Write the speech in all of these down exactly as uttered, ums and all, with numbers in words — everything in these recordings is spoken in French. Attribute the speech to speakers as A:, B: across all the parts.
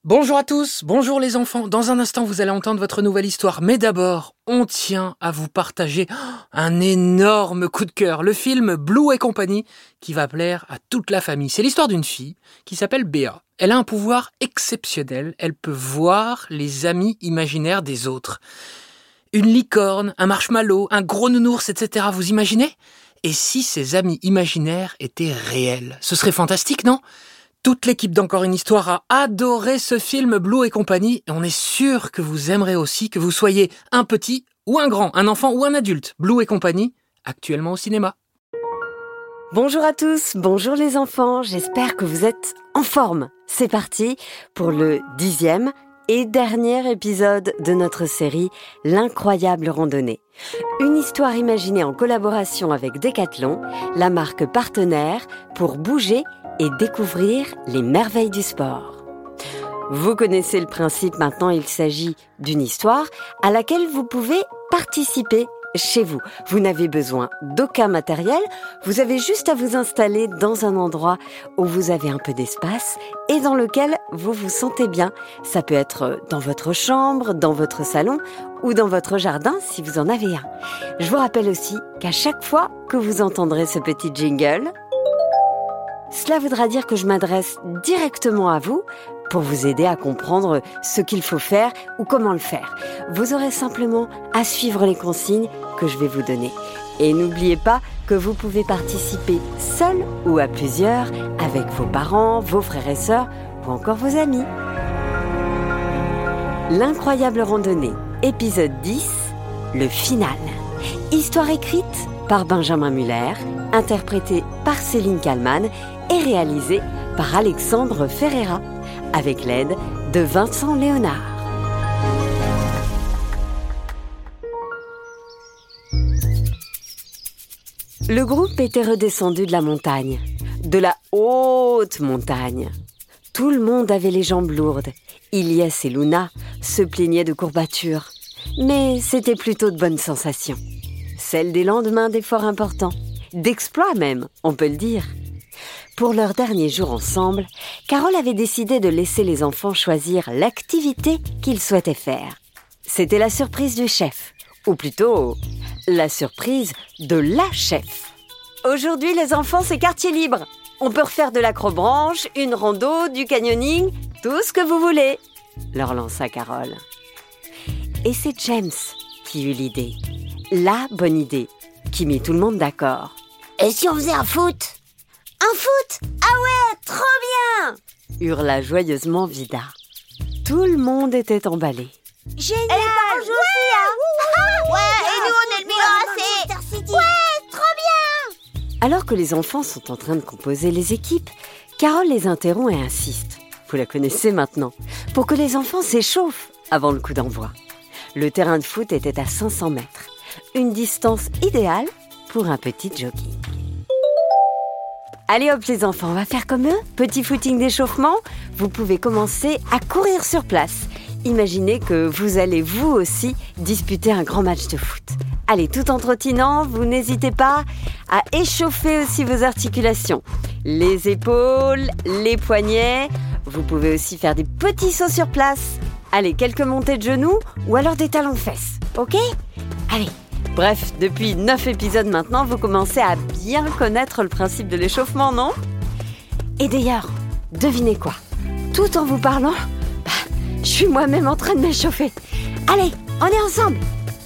A: Bonjour à tous, bonjour les enfants. Dans un instant, vous allez entendre votre nouvelle histoire. Mais d'abord, on tient à vous partager un énorme coup de cœur. Le film Blue et compagnie qui va plaire à toute la famille. C'est l'histoire d'une fille qui s'appelle Béa. Elle a un pouvoir exceptionnel. Elle peut voir les amis imaginaires des autres. Une licorne, un marshmallow, un gros nounours, et cetera. Vous imaginez ? Et si ces amis imaginaires étaient réels ? Ce serait fantastique, non ? Toute l'équipe d'Encore une histoire a adoré ce film Blue et compagnie et on est sûr que vous aimerez aussi, que vous soyez un petit ou un grand, un enfant ou un adulte. Blue et compagnie, actuellement au cinéma.
B: Bonjour à tous, bonjour les enfants, j'espère que vous êtes en forme. C'est parti pour le dixième et dernier épisode de notre série L'incroyable randonnée. Une histoire imaginée en collaboration avec Decathlon, la marque partenaire pour bouger et découvrir les merveilles du sport. Vous connaissez le principe maintenant, il s'agit d'une histoire à laquelle vous pouvez participer chez vous. Vous n'avez besoin d'aucun matériel, vous avez juste à vous installer dans un endroit où vous avez un peu d'espace et dans lequel vous vous sentez bien. Ça peut être dans votre chambre, dans votre salon ou dans votre jardin si vous en avez un. Je vous rappelle aussi qu'à chaque fois que vous entendrez ce petit jingle, cela voudra dire que je m'adresse directement à vous pour vous aider à comprendre ce qu'il faut faire ou comment le faire. Vous aurez simplement à suivre les consignes que je vais vous donner. Et n'oubliez pas que vous pouvez participer seul ou à plusieurs avec vos parents, vos frères et sœurs ou encore vos amis. L'incroyable randonnée, épisode dix, le final. Histoire écrite par Benjamin Muller, interprétée par Céline Kallmann et réalisée par Alexandre Ferreira, avec l'aide de Vincent Léonard. Le groupe était redescendu de la montagne, de la haute montagne. Tout le monde avait les jambes lourdes. Ilyes et Luna se plaignaient de courbatures, mais c'était plutôt de bonnes sensations. Celles des lendemains d'efforts importants, d'exploits même, on peut le dire. Pour leur dernier jour ensemble, Carole avait décidé de laisser les enfants choisir l'activité qu'ils souhaitaient faire. C'était la surprise du chef, ou plutôt la surprise de la chef. Aujourd'hui, les enfants, c'est quartier libre. On peut refaire de l'acrobranche, une rando, du canyoning, tout ce que vous voulez, leur lança Carole. Et c'est James qui eut l'idée, la bonne idée, qui mit tout le monde d'accord.
C: Et si on faisait un foot ? Un foot ? Ah ouais, trop bien !
B: Hurla joyeusement Vida. Tout le monde était emballé.
C: Génial! Et ouais, aussi, hein. ah, ouais, et nous on est le Milan A C. Ouais, trop bien!
B: Alors que les enfants sont en train de composer les équipes, Carole les interrompt et insiste. Vous la connaissez maintenant. Pour que les enfants s'échauffent avant le coup d'envoi. Le terrain de foot était à cinq cents mètres. Une distance idéale pour un petit jogging. Allez hop les enfants, on va faire comme eux. Petit footing d'échauffement, vous pouvez commencer à courir sur place. Imaginez que vous allez vous aussi disputer un grand match de foot. Allez, tout en trottinant, vous n'hésitez pas à échauffer aussi vos articulations. Les épaules, les poignets. Vous pouvez aussi faire des petits sauts sur place. Allez, quelques montées de genoux ou alors des talons de fesses, ok ? Allez. Bref, depuis neuf épisodes maintenant, vous commencez à bien connaître le principe de l'échauffement, non ? Et d'ailleurs, devinez quoi ? Tout en vous parlant, bah, je suis moi-même en train de m'échauffer. Allez, on est ensemble !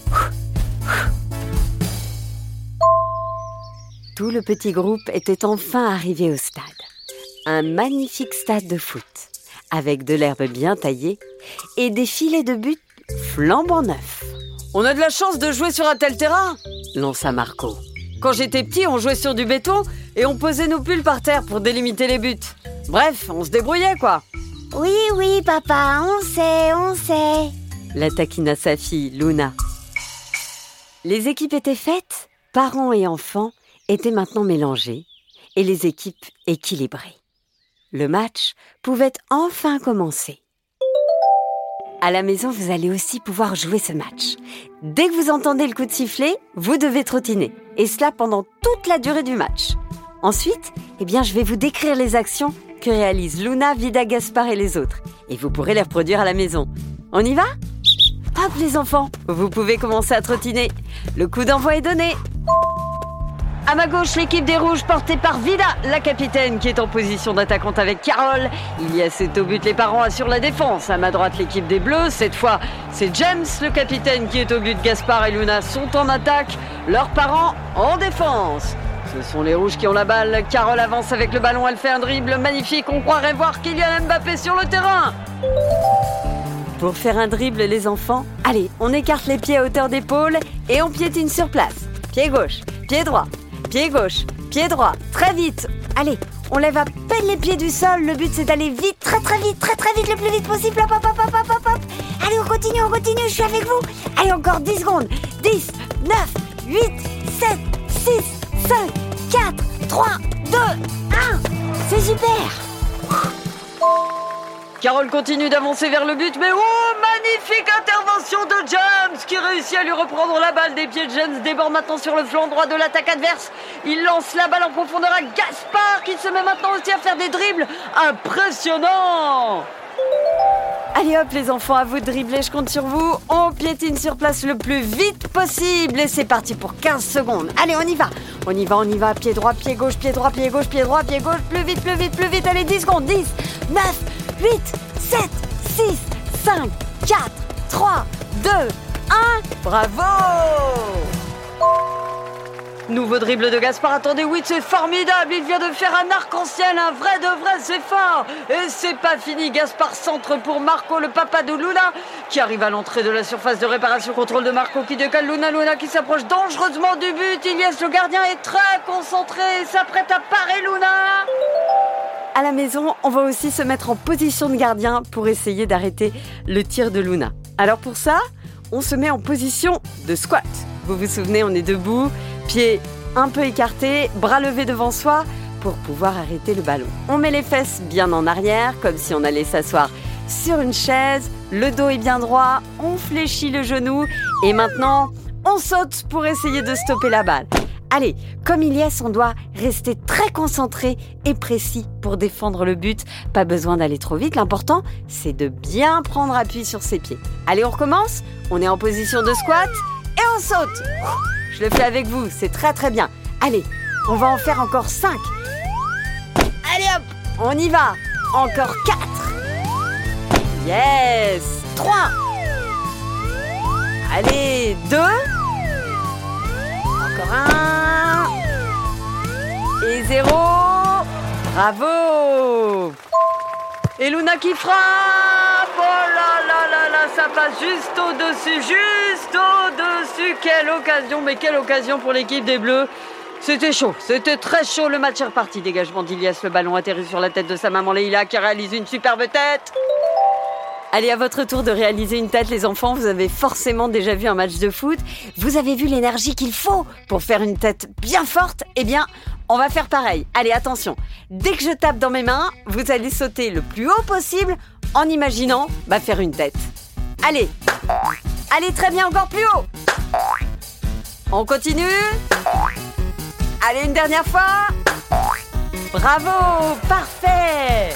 B: Tout le petit groupe était enfin arrivé au stade. Un magnifique stade de foot, avec de l'herbe bien taillée et des filets de but flambant neufs.
D: On a de la chance de jouer sur un tel terrain,
B: lança Marco.
D: Quand j'étais petit, on jouait sur du béton et on posait nos pulls par terre pour délimiter les buts. Bref, on se débrouillait, quoi.
C: Oui, oui, papa, on sait, on sait.
B: La taquina sa fille, Luna. Les équipes étaient faites, parents et enfants étaient maintenant mélangés et les équipes équilibrées. Le match pouvait enfin commencer. À la maison, vous allez aussi pouvoir jouer ce match. Dès que vous entendez le coup de sifflet, vous devez trottiner. Et cela pendant toute la durée du match. Ensuite, eh bien, je vais vous décrire les actions que réalisent Luna, Vida, Gaspard et les autres. Et vous pourrez les reproduire à la maison. On y va ? Hop les enfants, vous pouvez commencer à trottiner. Le coup d'envoi est donné. À ma gauche, l'équipe des Rouges portée par Vida, la capitaine qui est en position d'attaquante avec Carole. Il y a sept au but, les parents assurent la défense. À ma droite, l'équipe des Bleus. Cette fois, c'est James, le capitaine, qui est au but. Gaspard et Luna sont en attaque. Leurs parents en défense. Ce sont les Rouges qui ont la balle. Carole avance avec le ballon, elle fait un dribble magnifique. On croirait voir Kylian Mbappé sur le terrain. Pour faire un dribble, les enfants, allez, on écarte les pieds à hauteur d'épaule et on piétine sur place. Pied gauche, pied droit, pied gauche, pied droit, très vite. Allez, on lève à peine les pieds du sol. Le but, c'est d'aller vite, très très vite, très très vite, le plus vite possible. Hop, hop, hop, hop, hop, hop, hop. Allez, on continue, on continue, je suis avec vous. Allez, encore dix secondes. dix, neuf, huit, sept, six, cinq, quatre, trois, deux, un. C'est super. Carole continue d'avancer vers le but, mais oh, magnifique intervention de James qui réussit à lui reprendre la balle des pieds. James déborde maintenant sur le flanc droit de l'attaque adverse. Il lance la balle en profondeur à Gaspard qui se met maintenant aussi à faire des dribbles. Impressionnant! Allez hop les enfants, à vous de dribbler, je compte sur vous. On piétine sur place le plus vite possible et c'est parti pour quinze secondes. Allez, on y va, on y va, on y va. Pied droit, pied gauche, pied droit, pied gauche, pied droit, pied gauche. Plus vite, plus vite, plus vite. Allez, dix secondes. dix, neuf, huit, sept, six, cinq, quatre, trois, deux, un. Bravo! Nouveau dribble de Gaspard, attendez, oui, c'est formidable, il vient de faire un arc-en-ciel, un vrai de vrai, c'est fort. Et c'est pas fini, Gaspard centre pour Marco, le papa de Luna, qui arrive à l'entrée de la surface de réparation, contrôle de Marco qui décale Luna, Luna qui s'approche dangereusement du but. Ilias, le gardien, est très concentré et s'apprête à parer Luna. À la maison, on va aussi se mettre en position de gardien pour essayer d'arrêter le tir de Luna. Alors pour ça, on se met en position de squat. Vous vous souvenez, on est debout, pieds un peu écartés, bras levés devant soi pour pouvoir arrêter le ballon. On met les fesses bien en arrière, comme si on allait s'asseoir sur une chaise. Le dos est bien droit, on fléchit le genou et maintenant, on saute pour essayer de stopper la balle. Allez, comme Ilias, on doit rester très concentré et précis pour défendre le but. Pas besoin d'aller trop vite, l'important, c'est de bien prendre appui sur ses pieds. Allez, on recommence. On est en position de squat et on saute. Je le fais avec vous, c'est très très bien. Allez, on va en faire encore cinq. Allez hop, on y va. Encore quatre. Yes. trois. Allez, deux. Encore un. Et zéro. Bravo. Et Luna qui frappe. Oh là là là là, ça passe juste au-dessus, juste au-dessus. Quelle occasion, mais quelle occasion pour l'équipe des Bleus. C'était chaud, c'était très chaud. Le match est reparti. Dégagement d'Ilias, le ballon atterrit sur la tête de sa maman Leïla qui réalise une superbe tête. Allez, à votre tour de réaliser une tête, les enfants. Vous avez forcément déjà vu un match de foot. Vous avez vu l'énergie qu'il faut pour faire une tête bien forte. Eh bien, on va faire pareil. Allez, attention. Dès que je tape dans mes mains, vous allez sauter le plus haut possible en imaginant bah, faire une tête. Allez. Allez, très bien, encore plus haut. On continue. Allez, une dernière fois. Bravo, parfait.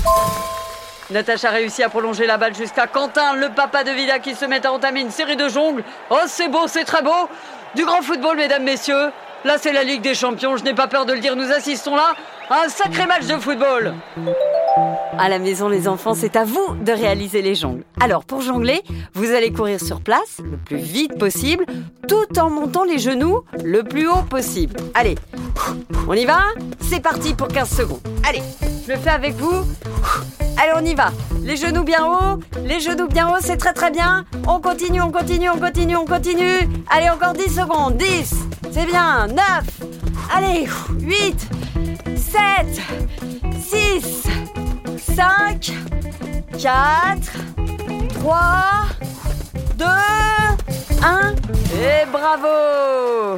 B: Natacha réussit à prolonger la balle jusqu'à Quentin, le papa de Vida, qui se met à entamer une série de jongles. Oh, c'est beau, c'est très beau. Du grand football, mesdames, messieurs. Là, c'est la Ligue des Champions, je n'ai pas peur de le dire. Nous assistons là à un sacré match de football. À la maison, les enfants, c'est à vous de réaliser les jongles. Alors, pour jongler, vous allez courir sur place le plus vite possible, tout en montant les genoux le plus haut possible. Allez, on y va? C'est parti pour quinze secondes. Allez, je le fais avec vous. Allez, on y va. Les genoux bien hauts, les genoux bien hauts, c'est très très bien. On continue, on continue, on continue, on continue. Allez, encore dix secondes. dix, c'est bien. neuf, allez, huit, sept, six, cinq, quatre, trois, deux, un. Et bravo!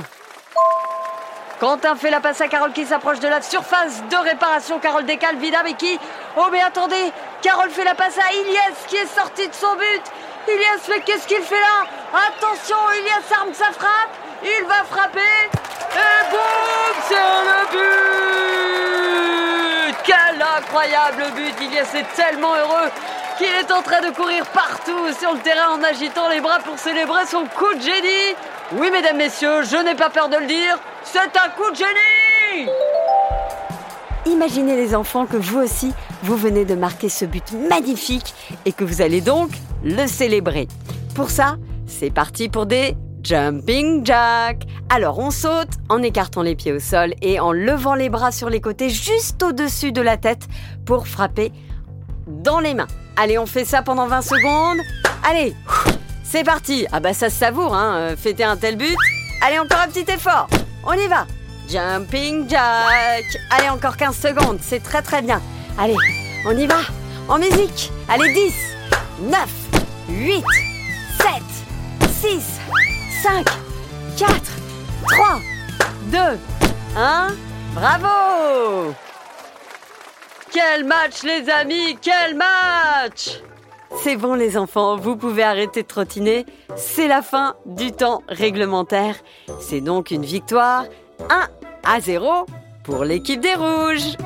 B: Quentin fait la passe à Carole qui s'approche de la surface de réparation. Carole décale, Vida, mais qui... Oh, mais attendez, Carole fait la passe à Ilias qui est sorti de son but. Ilias, mais qu'est-ce qu'il fait là? Attention, Ilias arme sa frappe. Il va frapper. Et boum, c'est le but! Quelle
D: incroyable but. Ilias est tellement heureux qu'il est en train de courir partout sur le terrain en agitant les bras pour célébrer son coup de génie. Oui, mesdames, messieurs, je n'ai pas peur de le dire, c'est un coup de génie!
B: Imaginez les enfants que vous aussi, vous venez de marquer ce but magnifique et que vous allez donc le célébrer. Pour ça, c'est parti pour des jumping jacks. Alors on saute en écartant les pieds au sol et en levant les bras sur les côtés juste au-dessus de la tête pour frapper dans les mains. Allez, on fait ça pendant vingt secondes. Allez, c'est parti. Ah bah ça se savoure, hein, fêter un tel but. Allez, encore un petit effort. On y va. Jumping jack. Allez, encore quinze secondes, c'est très très bien. Allez, on y va. En musique. Allez, dix, neuf, huit, sept, six, cinq, quatre, trois, deux, un. Bravo!
D: Quel match, les amis, quel match!
B: C'est bon les enfants, vous pouvez arrêter de trottiner. C'est la fin du temps réglementaire. C'est donc une victoire un à zéro pour l'équipe des Rouges.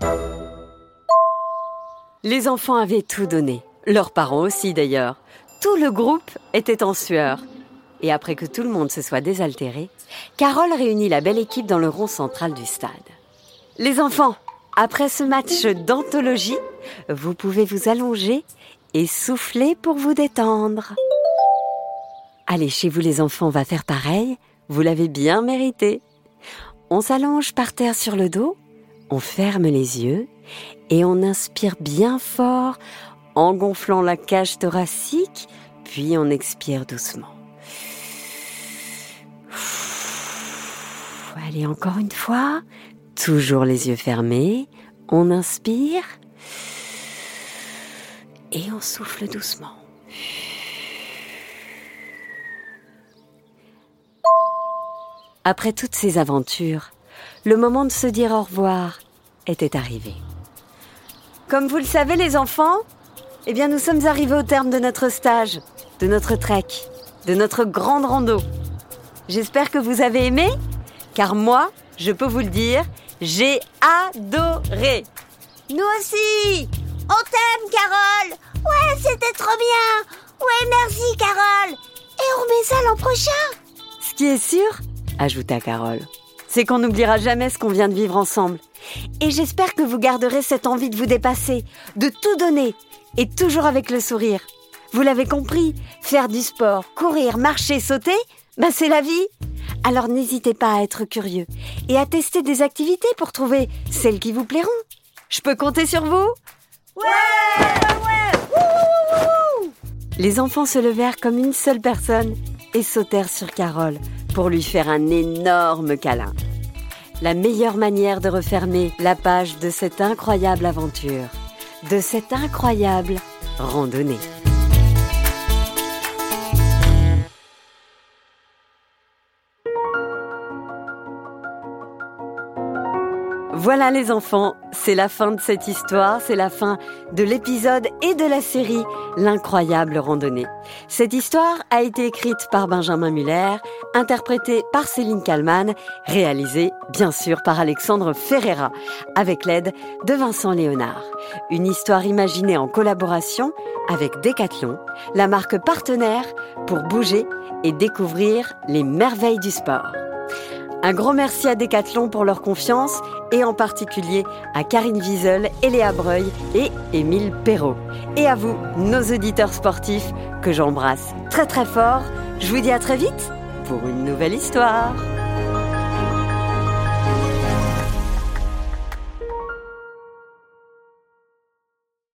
B: Les enfants avaient tout donné. Leurs parents aussi d'ailleurs. Tout le groupe était en sueur. Et après que tout le monde se soit désaltéré, Carole réunit la belle équipe dans le rond central du stade. Les enfants, après ce match d'anthologie, vous pouvez vous allonger et souffler pour vous détendre. Allez, chez vous les enfants, on va faire pareil. Vous l'avez bien mérité. On s'allonge par terre sur le dos, on ferme les yeux et on inspire bien fort en gonflant la cage thoracique, puis on expire doucement. Allez, encore une fois, toujours les yeux fermés, on inspire et on souffle doucement. Après toutes ces aventures, le moment de se dire au revoir était arrivé. Comme vous le savez les enfants, eh bien nous sommes arrivés au terme de notre stage, de notre trek, de notre grande rando. J'espère que vous avez aimé, car moi, je peux vous le dire, j'ai adoré.
C: Nous aussi. On t'aime, Carole. Ouais, c'était trop bien. Ouais, merci, Carole. Et on remet ça l'an prochain.
B: Ce qui est sûr, ajouta Carole, c'est qu'on n'oubliera jamais ce qu'on vient de vivre ensemble. Et j'espère que vous garderez cette envie de vous dépasser, de tout donner, et toujours avec le sourire. Vous l'avez compris, faire du sport, courir, marcher, sauter, ben c'est la vie. Alors n'hésitez pas à être curieux et à tester des activités pour trouver celles qui vous plairont. Je peux compter sur vous ?
C: Ouais, ouais, ouais.
B: Les enfants se levèrent comme une seule personne et sautèrent sur Carole pour lui faire un énorme câlin. La meilleure manière de refermer la page de cette incroyable aventure, de cette incroyable randonnée. Voilà les enfants, c'est la fin de cette histoire, c'est la fin de l'épisode et de la série L'incroyable randonnée. Cette histoire a été écrite par Benjamin Muller, interprétée par Céline Kallmann, réalisée bien sûr par Alexandre Ferreira, avec l'aide de Vincent Léonard. Une histoire imaginée en collaboration avec Decathlon, la marque partenaire pour bouger et découvrir les merveilles du sport. Un grand merci à Decathlon pour leur confiance et en particulier à Karine Wiesel, Léa Breuil et Émile Perrault. Et à vous, nos auditeurs sportifs, que j'embrasse très très fort. Je vous dis à très vite pour une nouvelle histoire.